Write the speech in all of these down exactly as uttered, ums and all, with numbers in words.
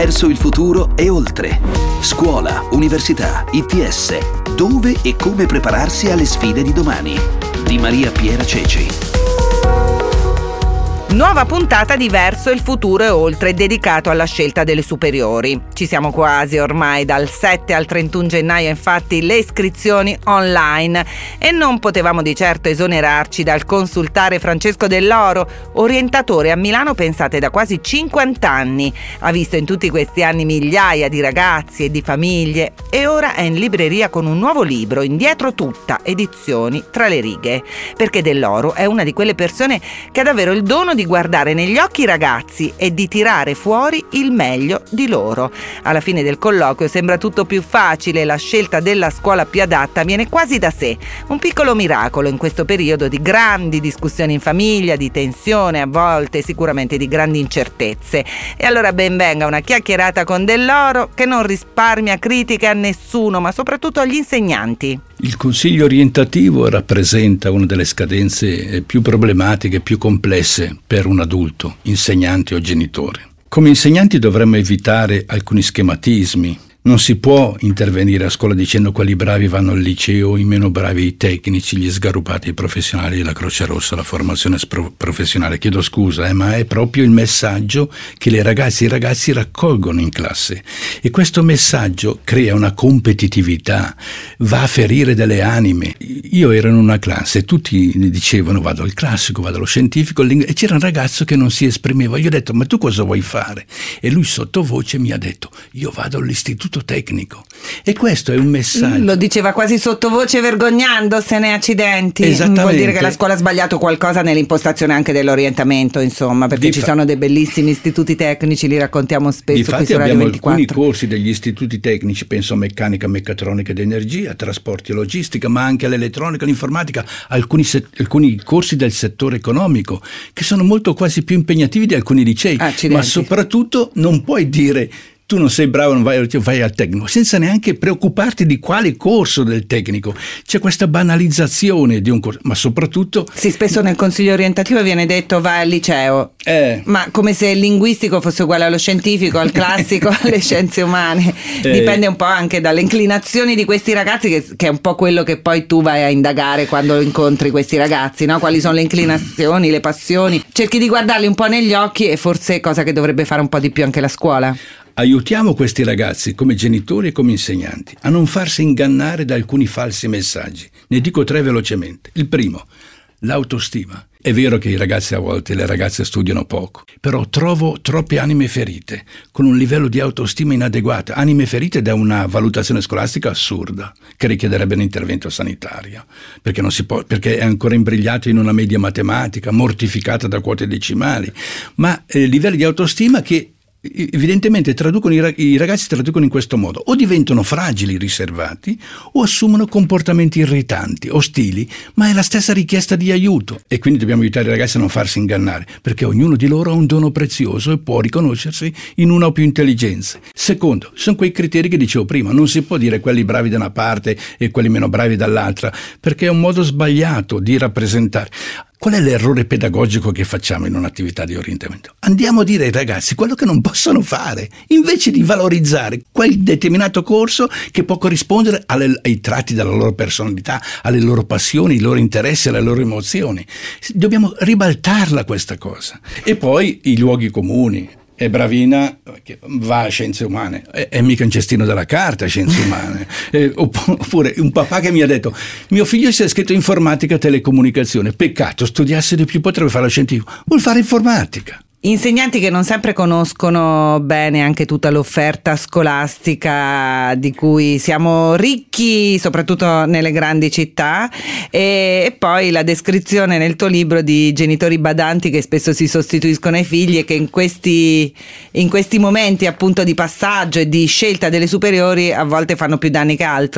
verso il futuro e oltre. Scuola, università, I T S. Dove e come prepararsi alle sfide di domani. Di Maria Piera Ceci. Nuova puntata di Verso il futuro e oltre, dedicato alla scelta delle superiori. Ci siamo quasi ormai, dal sette al trentuno gennaio infatti le iscrizioni online, e non potevamo di certo esonerarci dal consultare Francesco Dell'Oro, orientatore a Milano, pensate, da quasi cinquanta anni. Ha visto in tutti questi anni migliaia di ragazzi e di famiglie, e ora è in libreria con un nuovo libro, Indietro tutta, edizioni Tra le righe, perché Dell'Oro è una di quelle persone che ha davvero il dono di guardare negli occhi i ragazzi e di tirare fuori il meglio di loro. Alla fine del colloquio sembra tutto più facile, la scelta della scuola più adatta viene quasi da sé. Un piccolo miracolo in questo periodo di grandi discussioni in famiglia, di tensione, a volte sicuramente di grandi incertezze. E allora ben venga una chiacchierata con Dell'Oro che non risparmia critiche a nessuno, ma soprattutto agli insegnanti. Il consiglio orientativo rappresenta una delle scadenze più problematiche, più complesse per un adulto, insegnante o genitore. Come insegnanti dovremmo evitare alcuni schematismi. Non si può intervenire a scuola dicendo quelli bravi vanno al liceo, i meno bravi i tecnici, gli sgarrupati i professionali, la Croce Rossa, la formazione spro- professionale. Chiedo scusa, eh, ma è proprio il messaggio che le ragazze e i ragazzi raccolgono in classe. E questo messaggio crea una competitività, va a ferire delle anime. Io ero in una classe, tutti dicevano vado al classico, vado allo scientifico, e c'era un ragazzo che non si esprimeva. Io ho detto ma tu cosa vuoi fare? E lui sottovoce mi ha detto io vado all'istituto tecnico. E questo è un messaggio. Lo diceva quasi sottovoce, vergognandosene, accidenti. Esattamente. Vuol dire che la scuola ha sbagliato qualcosa nell'impostazione anche dell'orientamento, insomma, perché Dif- ci sono dei bellissimi istituti tecnici, li raccontiamo spesso. Infatti qui su Radio abbiamo ventiquattro. Alcuni corsi degli istituti tecnici, penso a meccanica, meccatronica ed energia, trasporti e logistica, ma anche all'elettronica, all'informatica, alcuni, se- alcuni corsi del settore economico che sono molto quasi più impegnativi di alcuni licei. Accidenti. Ma soprattutto non puoi dire tu non sei bravo, non vai, vai al tecnico, senza neanche preoccuparti di quale corso del tecnico. C'è questa banalizzazione di un corso, ma soprattutto Sì, spesso nel consiglio orientativo viene detto vai al liceo, eh, ma come se il linguistico fosse uguale allo scientifico, al classico, alle scienze umane. Eh. Dipende un po' anche dalle inclinazioni di questi ragazzi, che, che è un po' quello che poi tu vai a indagare quando incontri questi ragazzi, no? Quali sono le inclinazioni, le passioni. Cerchi di guardarli un po' negli occhi, e forse cosa che dovrebbe fare un po' di più anche la scuola. aiutiamo questi ragazzi come genitori e come insegnanti a non farsi ingannare da alcuni falsi messaggi. Ne dico tre velocemente. Il primo, l'autostima. È vero che i ragazzi a volte, le ragazze studiano poco, però trovo troppe anime ferite, con un livello di autostima inadeguato, anime ferite da una valutazione scolastica assurda, che richiederebbe un intervento sanitario, perché, non si può, perché è ancora imbrigliato in una media matematica, mortificata da quote decimali, ma eh, livelli di autostima che evidentemente traducono i ragazzi traducono in questo modo: o diventano fragili, riservati, o assumono comportamenti irritanti, ostili, ma è la stessa richiesta di aiuto. E quindi dobbiamo aiutare i ragazzi a non farsi ingannare, perché ognuno di loro ha un dono prezioso e può riconoscersi in una o più intelligenze. Secondo, sono quei criteri che dicevo prima: non si può dire quelli bravi da una parte e quelli meno bravi dall'altra, perché è un modo sbagliato di rappresentare. Qual è l'errore pedagogico che facciamo in un'attività di orientamento? Andiamo a dire ai ragazzi quello che non possono fare, invece di valorizzare quel determinato corso che può corrispondere alle, ai tratti della loro personalità, alle loro passioni, ai loro interessi, alle loro emozioni. Dobbiamo ribaltarla questa cosa. E poi i luoghi comuni. È bravina, va a scienze umane, è, è mica un cestino della carta scienze umane. eh, oppure un papà che mi ha detto: mio figlio si è iscritto in informatica e telecomunicazione, peccato, studiasse di più, potrebbe fare lo scientifico. Vuol fare informatica. Insegnanti che non sempre conoscono bene anche tutta l'offerta scolastica di cui siamo ricchi, soprattutto nelle grandi città, e, e poi la descrizione nel tuo libro di genitori badanti che spesso si sostituiscono ai figli e che in questi, in questi momenti appunto di passaggio e di scelta delle superiori a volte fanno più danni che altro.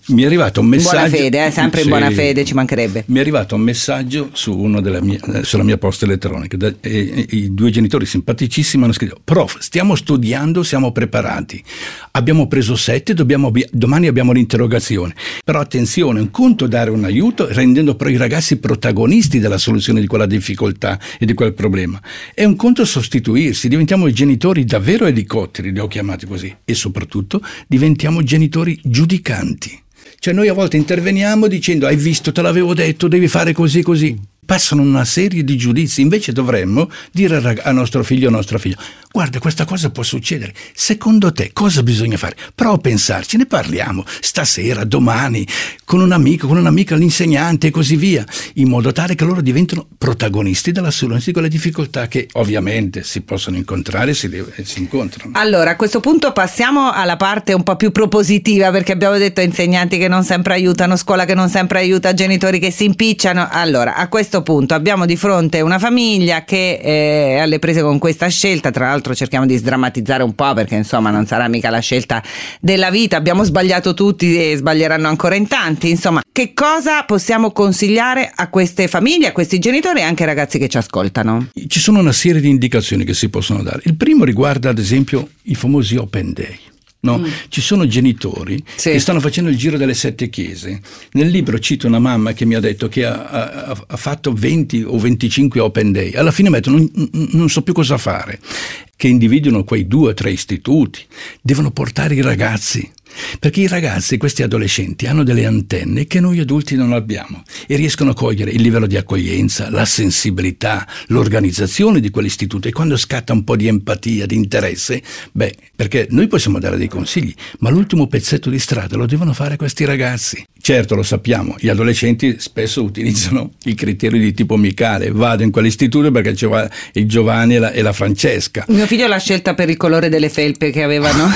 mi è arrivato un messaggio. In buona fede, eh? sempre sì, in buona fede, ci mancherebbe. Mi è arrivato un messaggio su uno della mia, sulla mia posta elettronica. Da, e, e, I due genitori simpaticissimi hanno scritto: prof, stiamo studiando, siamo preparati. Abbiamo preso sette, dobbiamo, domani abbiamo l'interrogazione. Però attenzione, un conto dare un aiuto rendendo però i ragazzi protagonisti della soluzione di quella difficoltà e di quel problema. È un conto sostituirsi, diventiamo i genitori davvero elicotteri, li ho chiamati così, e soprattutto diventiamo genitori giudicanti. Cioè noi a volte interveniamo dicendo: hai visto, te l'avevo detto, devi fare così così. Passano una serie di giudizi, invece dovremmo dire a nostro figlio o a nostra figlia: guarda, questa cosa può succedere, secondo te cosa bisogna fare? Prova a pensarci, ne parliamo stasera, domani, con un amico, con un'amica, l'insegnante e così via, in modo tale che loro diventino protagonisti della soluzione di quelle difficoltà che ovviamente si possono incontrare e si, si incontrano. Allora, a questo punto passiamo alla parte un po' più propositiva, perché abbiamo detto insegnanti che non sempre aiutano, scuola che non sempre aiuta, genitori che si impicciano. Allora, a questo punto abbiamo di fronte una famiglia che è alle prese con questa scelta. Tra l'altro cerchiamo di sdrammatizzare un po', perché insomma non sarà mica la scelta della vita, abbiamo sbagliato tutti e sbaglieranno ancora in tanti. Insomma, che cosa possiamo consigliare a queste famiglie, a questi genitori e anche ai ragazzi che ci ascoltano? Ci sono una serie di indicazioni che si possono dare. Il primo riguarda ad esempio i famosi open day. No? Mm. Ci sono genitori sì. che stanno facendo il giro delle sette chiese. Nel libro cito una mamma che mi ha detto che ha, ha, ha fatto venti o venticinque open day. Alla fine mi ha detto: non, non so più cosa fare. Che individuano quei due o tre istituti, devono portare i ragazzi. Perché i ragazzi, questi adolescenti, hanno delle antenne che noi adulti non abbiamo e riescono a cogliere il livello di accoglienza, la sensibilità, l'organizzazione di quell'istituto. E quando scatta un po' di empatia, di interesse, beh, perché noi possiamo dare dei consigli, ma l'ultimo pezzetto di strada lo devono fare questi ragazzi. Certo, lo sappiamo, gli adolescenti spesso utilizzano i criteri di tipo amicale. Vado in quell'istituto perché c'è il Giovanni e la, e la Francesca. Mio figlio l'ha scelta per il colore delle felpe che avevano.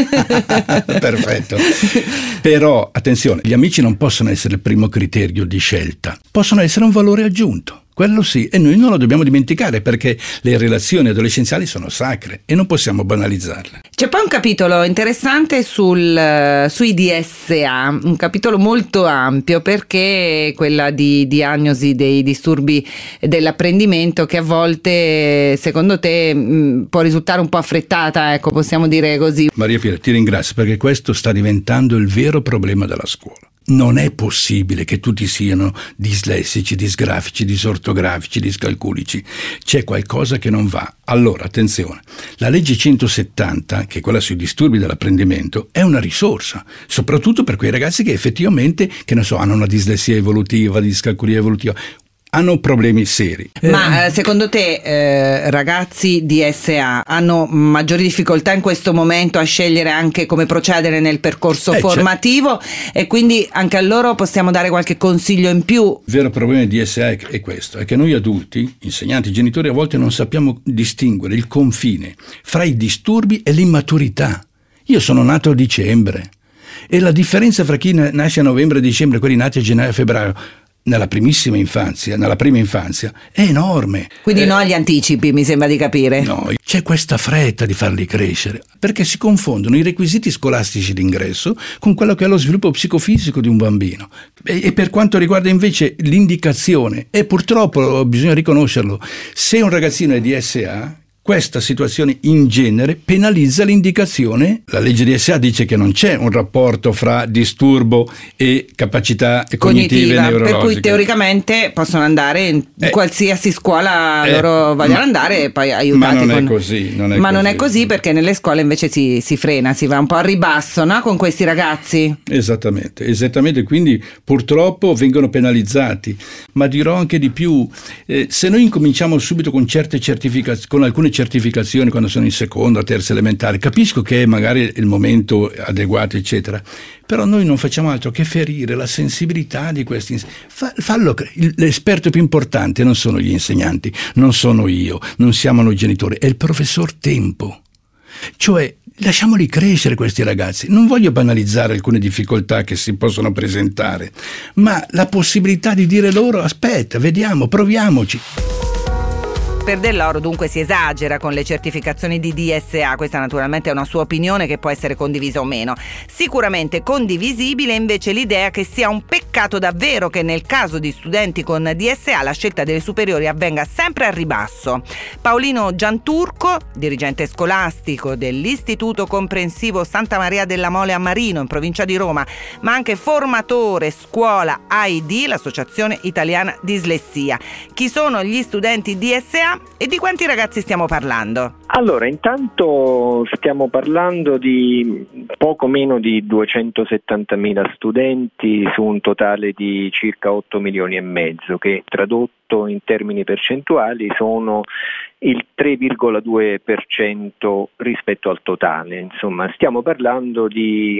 Perfetto. Però, attenzione, gli amici non possono essere il primo criterio di scelta. Possono essere un valore aggiunto. Quello sì, e noi non lo dobbiamo dimenticare, perché le relazioni adolescenziali sono sacre e non possiamo banalizzarle. C'è poi un capitolo interessante sul, sui D S A, un capitolo molto ampio, perché quella di diagnosi dei disturbi dell'apprendimento, che a volte secondo te mh, può risultare un po' affrettata, ecco, possiamo dire così. Maria Piera, ti ringrazio, perché questo sta diventando il vero problema della scuola. Non è possibile che tutti siano dislessici, disgrafici, disortografici, discalculici. C'è qualcosa che non va. Allora, attenzione, la legge centosettanta, che è quella sui disturbi dell'apprendimento, è una risorsa, soprattutto per quei ragazzi che effettivamente, che ne so, hanno una dislessia evolutiva, discalculia evolutiva, hanno problemi seri. Ma eh, secondo te eh, ragazzi di D S A hanno maggiori difficoltà in questo momento a scegliere anche come procedere nel percorso eh, formativo, cioè, e quindi anche a loro possiamo dare qualche consiglio in più? Il vero problema di D S A è questo, è che noi adulti, insegnanti, genitori, a volte non sappiamo distinguere il confine fra i disturbi e l'immaturità. Io sono nato a dicembre e la differenza fra chi nasce a novembre e dicembre e quelli nati a gennaio e febbraio nella primissima infanzia, nella prima infanzia, è enorme. Quindi eh, no agli anticipi, mi sembra di capire. No, c'è questa fretta di farli crescere, perché si confondono i requisiti scolastici d'ingresso con quello che è lo sviluppo psicofisico di un bambino. E, e per quanto riguarda invece l'indicazione, e purtroppo bisogna riconoscerlo, se un ragazzino è D S A, questa situazione in genere penalizza l'indicazione. La legge D S A dice che non c'è un rapporto fra disturbo e capacità cognitive e neurologiche. Per cui teoricamente possono andare in eh, qualsiasi scuola eh, loro vogliono ma, andare e poi aiutati. Ma non con... è così. Non è ma così. non è così, perché nelle scuole invece si, si frena, si va un po' a ribasso, no? Con questi ragazzi. Esattamente, esattamente. Quindi purtroppo vengono penalizzati. Ma dirò anche di più. Eh, se noi incominciamo subito con certe certificazioni, con alcune certificazioni quando sono in seconda, terza elementare, capisco che è magari il momento adeguato eccetera, però noi non facciamo altro che ferire la sensibilità di questi. Fa, fallo, l'esperto più importante non sono gli insegnanti, non sono io, non siamo noi genitori, è il professor tempo. Cioè lasciamoli crescere questi ragazzi. Non voglio banalizzare alcune difficoltà che si possono presentare, ma la possibilità di dire loro: aspetta, vediamo, proviamoci. Gasper Dell'Oro dunque si esagera con le certificazioni di D S A. Questa naturalmente è una sua opinione che può essere condivisa o meno. Sicuramente condivisibile invece l'idea che sia un peccato davvero che nel caso di studenti con D S A la scelta delle superiori avvenga sempre al ribasso. Paolino Gianturco, dirigente scolastico dell'Istituto Comprensivo Santa Maria della Mole a Marino in provincia di Roma, ma anche formatore scuola A I D, l'Associazione Italiana Dislessia. Chi sono gli studenti D S A e di quanti ragazzi stiamo parlando? Allora, intanto stiamo parlando di poco meno di duecentosettantamila studenti su un totale di circa otto milioni e mezzo, che tradotto in termini percentuali sono il tre virgola due per cento rispetto al totale. Insomma, stiamo parlando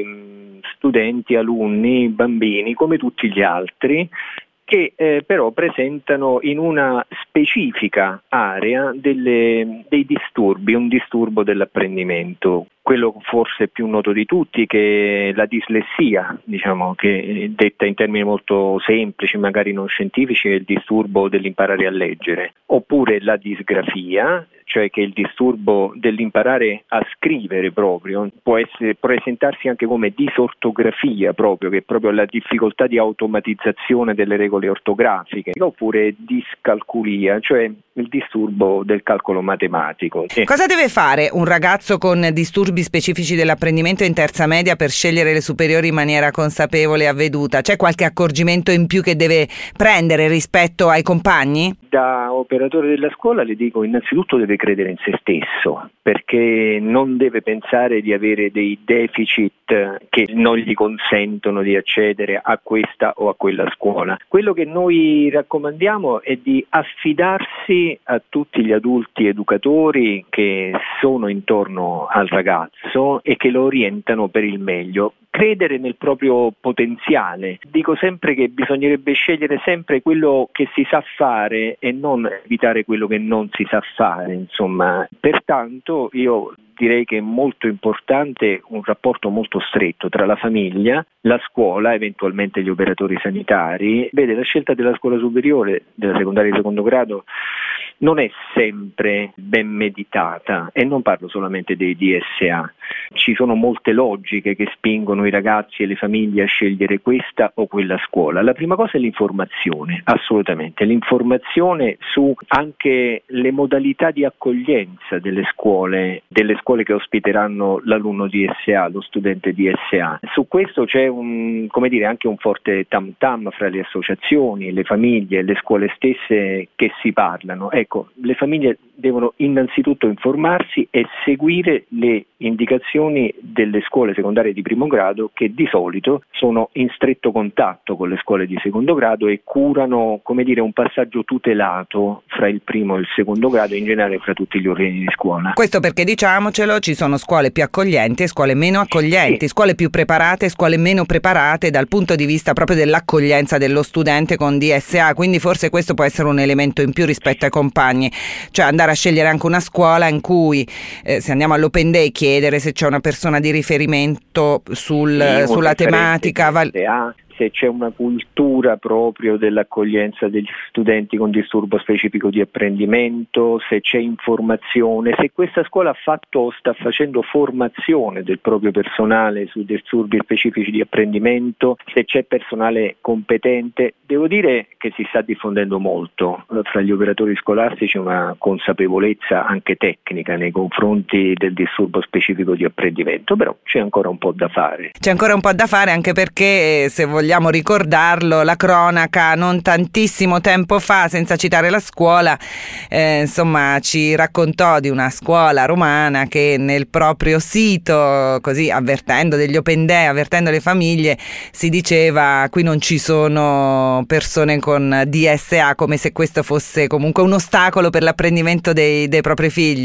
di studenti, alunni, bambini come tutti gli altri, che eh, però presentano in una specifica area delle, dei disturbi, un disturbo dell'apprendimento. Quello forse più noto di tutti, che è la dislessia, diciamo, che detta in termini molto semplici, magari non scientifici, è il disturbo dell'imparare a leggere, oppure la disgrafia, cioè che è il disturbo dell'imparare a scrivere proprio, può essere, presentarsi anche come disortografia proprio, che è proprio la difficoltà di automatizzazione delle regole ortografiche, oppure discalculia, cioè il disturbo del calcolo matematico. Cosa deve fare un ragazzo con disturbi specifici dell'apprendimento in terza media per scegliere le superiori in maniera consapevole e avveduta? C'è qualche accorgimento in più che deve prendere rispetto ai compagni? Da operatore della scuola le dico, innanzitutto deve credere in se stesso, perché non deve pensare di avere dei deficit che non gli consentono di accedere a questa o a quella scuola. Quello che noi raccomandiamo è di affidarsi a tutti gli adulti educatori che sono intorno al ragazzo e che lo orientano per il meglio. Credere nel proprio potenziale. Dico sempre che bisognerebbe scegliere sempre quello che si sa fare e non evitare quello che non si sa fare, insomma. Pertanto io direi che è molto importante un rapporto molto stretto tra la famiglia, la scuola, eventualmente gli operatori sanitari. Vede, la scelta della scuola superiore, della secondaria di secondo grado, non è sempre ben meditata, e non parlo solamente dei D S A. Ci sono molte logiche che spingono i ragazzi e le famiglie a scegliere questa o quella scuola. La prima cosa è l'informazione, assolutamente, l'informazione su anche le modalità di accoglienza delle scuole, delle scuole che ospiteranno l'alunno D S A, lo studente D S A. Su questo c'è un, come dire, anche un forte tam tam fra le associazioni, le famiglie e le scuole stesse che si parlano. Ecco, le famiglie devono innanzitutto informarsi e seguire le indicazioni delle scuole secondarie di primo grado, che di solito sono in stretto contatto con le scuole di secondo grado e curano, come dire, un passaggio tutelato fra il primo e il secondo grado e in generale fra tutti gli ordini di scuola. Questo perché, diciamocelo, ci sono scuole più accoglienti e scuole meno accoglienti, sì. Scuole più preparate e scuole meno preparate dal punto di vista proprio dell'accoglienza dello studente con D S A, quindi forse questo può essere un elemento in più rispetto ai compagni, cioè andare a scegliere anche una scuola in cui, eh, se andiamo all'open day, chiedere se c'è una persona di riferimento sul, sì, sulla tematica. Val- se c'è una cultura proprio dell'accoglienza degli studenti con disturbo specifico di apprendimento, se c'è informazione, se questa scuola ha fatto o sta facendo formazione del proprio personale sui disturbi specifici di apprendimento, se c'è personale competente. Devo dire che si sta diffondendo molto fra gli operatori scolastici una consapevolezza anche tecnica nei confronti del disturbo specifico di apprendimento, però c'è ancora un po' da fare. C'è ancora un po' da fare anche perché, se vogliamo Vogliamo ricordarlo, la cronaca non tantissimo tempo fa, senza citare la scuola, eh, insomma ci raccontò di una scuola romana che nel proprio sito, così avvertendo degli open day, avvertendo le famiglie, si diceva: qui non ci sono persone con D S A, come se questo fosse comunque un ostacolo per l'apprendimento dei, dei propri figli.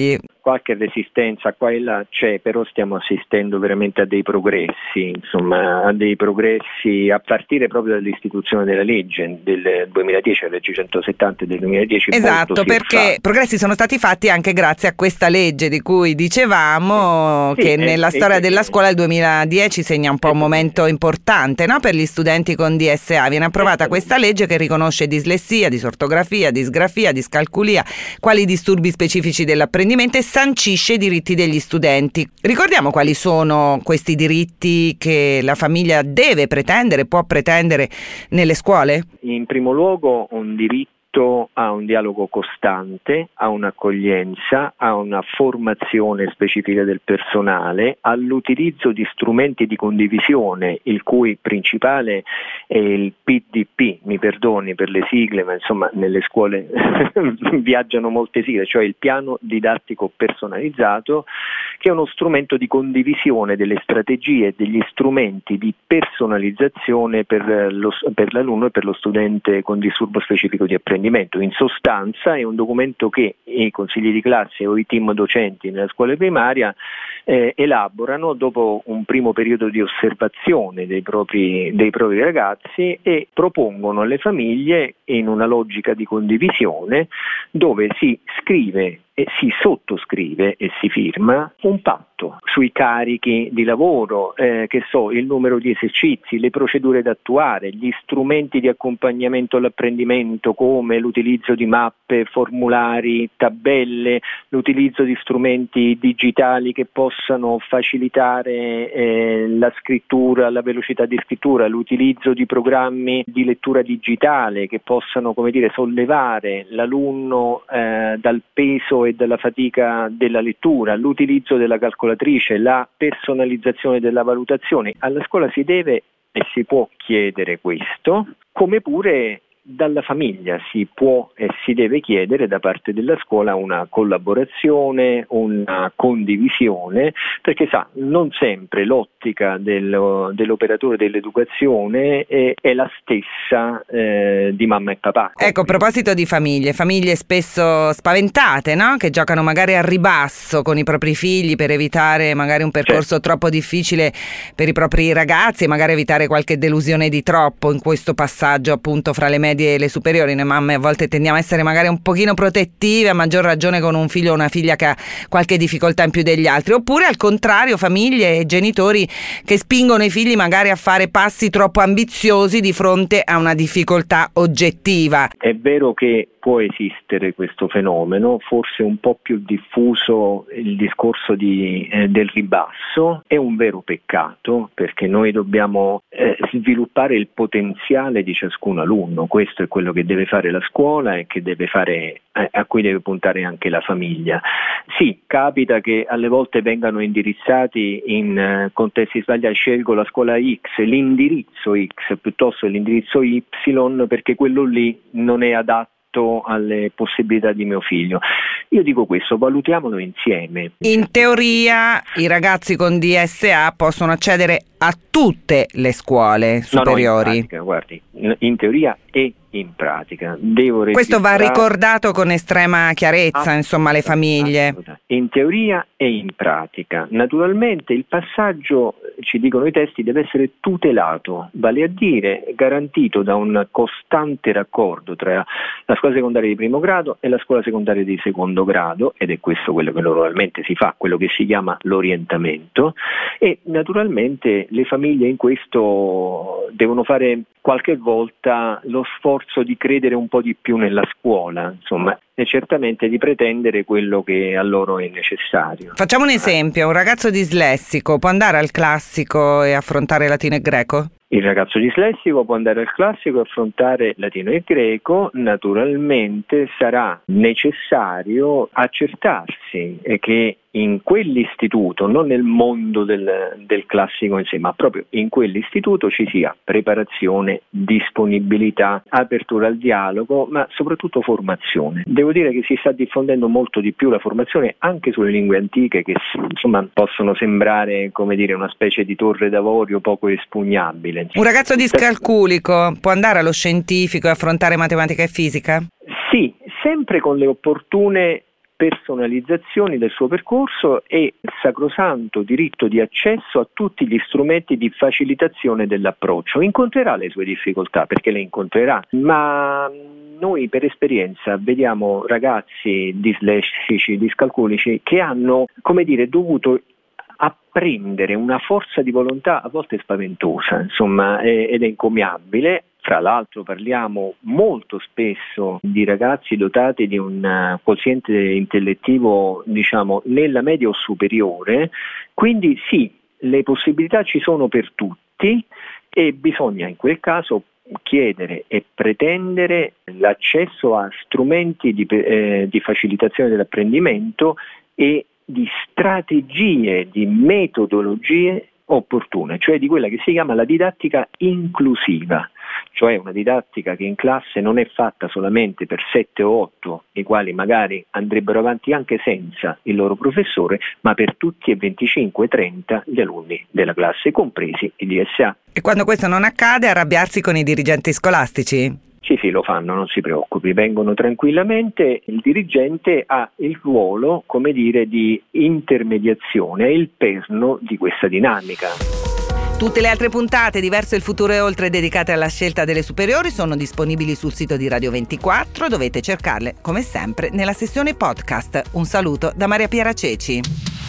qualche resistenza qua e là c'è, però stiamo assistendo veramente a dei progressi, insomma, a dei progressi a partire proprio dall'istituzione della legge del duemiladieci, la legge centosettanta del duemiladieci. Esatto, perché progressi sono stati fatti anche grazie a questa legge di cui dicevamo, sì, che sì, nella è, storia è, della scuola il duemiladieci segna un po' un momento importante, no? Per gli studenti con D S A. Viene approvata questa legge che riconosce dislessia, disortografia, disgrafia, discalculia, quali disturbi specifici dell'apprendimento e sancisce i diritti degli studenti. Ricordiamo quali sono questi diritti che la famiglia deve pretendere, può pretendere nelle scuole? In primo luogo un diritto a un dialogo costante, a un'accoglienza, a una formazione specifica del personale, all'utilizzo di strumenti di condivisione, il cui principale è il P D P, mi perdoni per le sigle, ma insomma nelle scuole viaggiano molte sigle, cioè il piano didattico personalizzato, che è uno strumento di condivisione delle strategie e degli strumenti di personalizzazione per, lo, per l'alunno e per lo studente con disturbo specifico di apprendimento. In sostanza è un documento che i consigli di classe o i team docenti nella scuola primaria eh, elaborano dopo un primo periodo di osservazione dei propri, dei propri ragazzi e propongono alle famiglie in una logica di condivisione dove si scrive e si sottoscrive e si firma un patto sui carichi di lavoro, eh, che so, il numero di esercizi, le procedure da attuare, gli strumenti di accompagnamento all'apprendimento come l'utilizzo di mappe, formulari, tabelle, l'utilizzo di strumenti digitali che possano facilitare eh, la scrittura, la velocità di scrittura, l'utilizzo di programmi di lettura digitale che possano, come dire, sollevare l'alunno eh, dal peso e dalla fatica della lettura, l'utilizzo della calcolatrice, la personalizzazione della valutazione. Alla scuola si deve e si può chiedere questo, come pure dalla famiglia si può e si deve chiedere da parte della scuola una collaborazione, una condivisione, perché sa, non sempre l'ottica del, dell'operatore dell'educazione è, è la stessa eh, di mamma e papà. Ecco, a proposito di famiglie, famiglie spesso spaventate, no? Che giocano magari a ribasso con i propri figli per evitare magari un percorso certo. troppo difficile per i propri ragazzi e magari evitare qualche delusione di troppo in questo passaggio appunto fra le medie e le superiori. Noi mamme a volte tendiamo a essere magari un pochino protettive, a maggior ragione con un figlio o una figlia che ha qualche difficoltà in più degli altri, oppure al contrario famiglie e genitori che spingono i figli magari a fare passi troppo ambiziosi di fronte a una difficoltà oggettiva. È vero che può esistere questo fenomeno, forse un po' più diffuso il discorso di, eh, del ribasso, è un vero peccato perché noi dobbiamo eh, sviluppare il potenziale di ciascun alunno, questo è quello che deve fare la scuola e che deve fare, eh, a cui deve puntare anche la famiglia. Sì, capita che alle volte vengano indirizzati in eh, contesti sbagliati, scelgo la scuola X, l'indirizzo X piuttosto che l'indirizzo Y perché quello lì non è adatto alle possibilità di mio figlio. Io dico questo, valutiamolo insieme. In teoria i ragazzi con D S A possono accedere a tutte le scuole superiori. No, no, in pratica, guardi, in teoria e in pratica. Devo Questo va ricordato con estrema chiarezza, insomma, alle famiglie. In teoria e in pratica. Naturalmente il passaggio, ci dicono i testi, deve essere tutelato, vale a dire garantito da un costante raccordo tra la scuola secondaria di primo grado e la scuola secondaria di secondo grado, ed è questo quello che normalmente si fa, quello che si chiama l'orientamento, e naturalmente le famiglie in questo devono fare qualche volta lo sforzo di credere un po' di più nella scuola, insomma, e certamente di pretendere quello che a loro è necessario. Facciamo un esempio, un ragazzo dislessico può andare al classico e affrontare latino e greco? Il ragazzo dislessico può andare al classico e affrontare latino e greco, naturalmente sarà necessario accertarsi che in quell'istituto, non nel mondo del, del classico in sé, ma proprio in quell'istituto ci sia preparazione, disponibilità, apertura al dialogo, ma soprattutto formazione. Devo dire che si sta diffondendo molto di più la formazione anche sulle lingue antiche che insomma possono sembrare, come dire, una specie di torre d'avorio poco espugnabile. Un ragazzo discalculico può andare allo scientifico e affrontare matematica e fisica? Sì, sempre con le opportune personalizzazioni del suo percorso e il sacrosanto diritto di accesso a tutti gli strumenti di facilitazione dell'approccio. Incontrerà le sue difficoltà, perché le incontrerà, ma noi per esperienza vediamo ragazzi dislessici, discalculici che hanno, come dire, dovuto apprendere una forza di volontà a volte spaventosa, insomma, ed è encomiabile. Fra l'altro parliamo molto spesso di ragazzi dotati di un quoziente intellettivo, diciamo, nella media o superiore, quindi sì, le possibilità ci sono per tutti e bisogna in quel caso chiedere e pretendere l'accesso a strumenti di, eh, di facilitazione dell'apprendimento e di strategie, di metodologie opportune, cioè di quella che si chiama la didattica inclusiva, cioè una didattica che in classe non è fatta solamente per sette o otto, i quali magari andrebbero avanti anche senza il loro professore, ma per tutti e venticinque trenta gli alunni della classe, compresi i D S A. E quando questo non accade, arrabbiarsi con i dirigenti scolastici? Sì, sì, lo fanno, non si preoccupi, vengono tranquillamente. Il dirigente ha il ruolo, come dire, di intermediazione, è il perno di questa dinamica. Tutte le altre puntate di Verso il futuro e oltre dedicate alla scelta delle superiori sono disponibili sul sito di Radio ventiquattro, dovete cercarle come sempre nella sezione podcast. Un saluto da Maria Piera Ceci.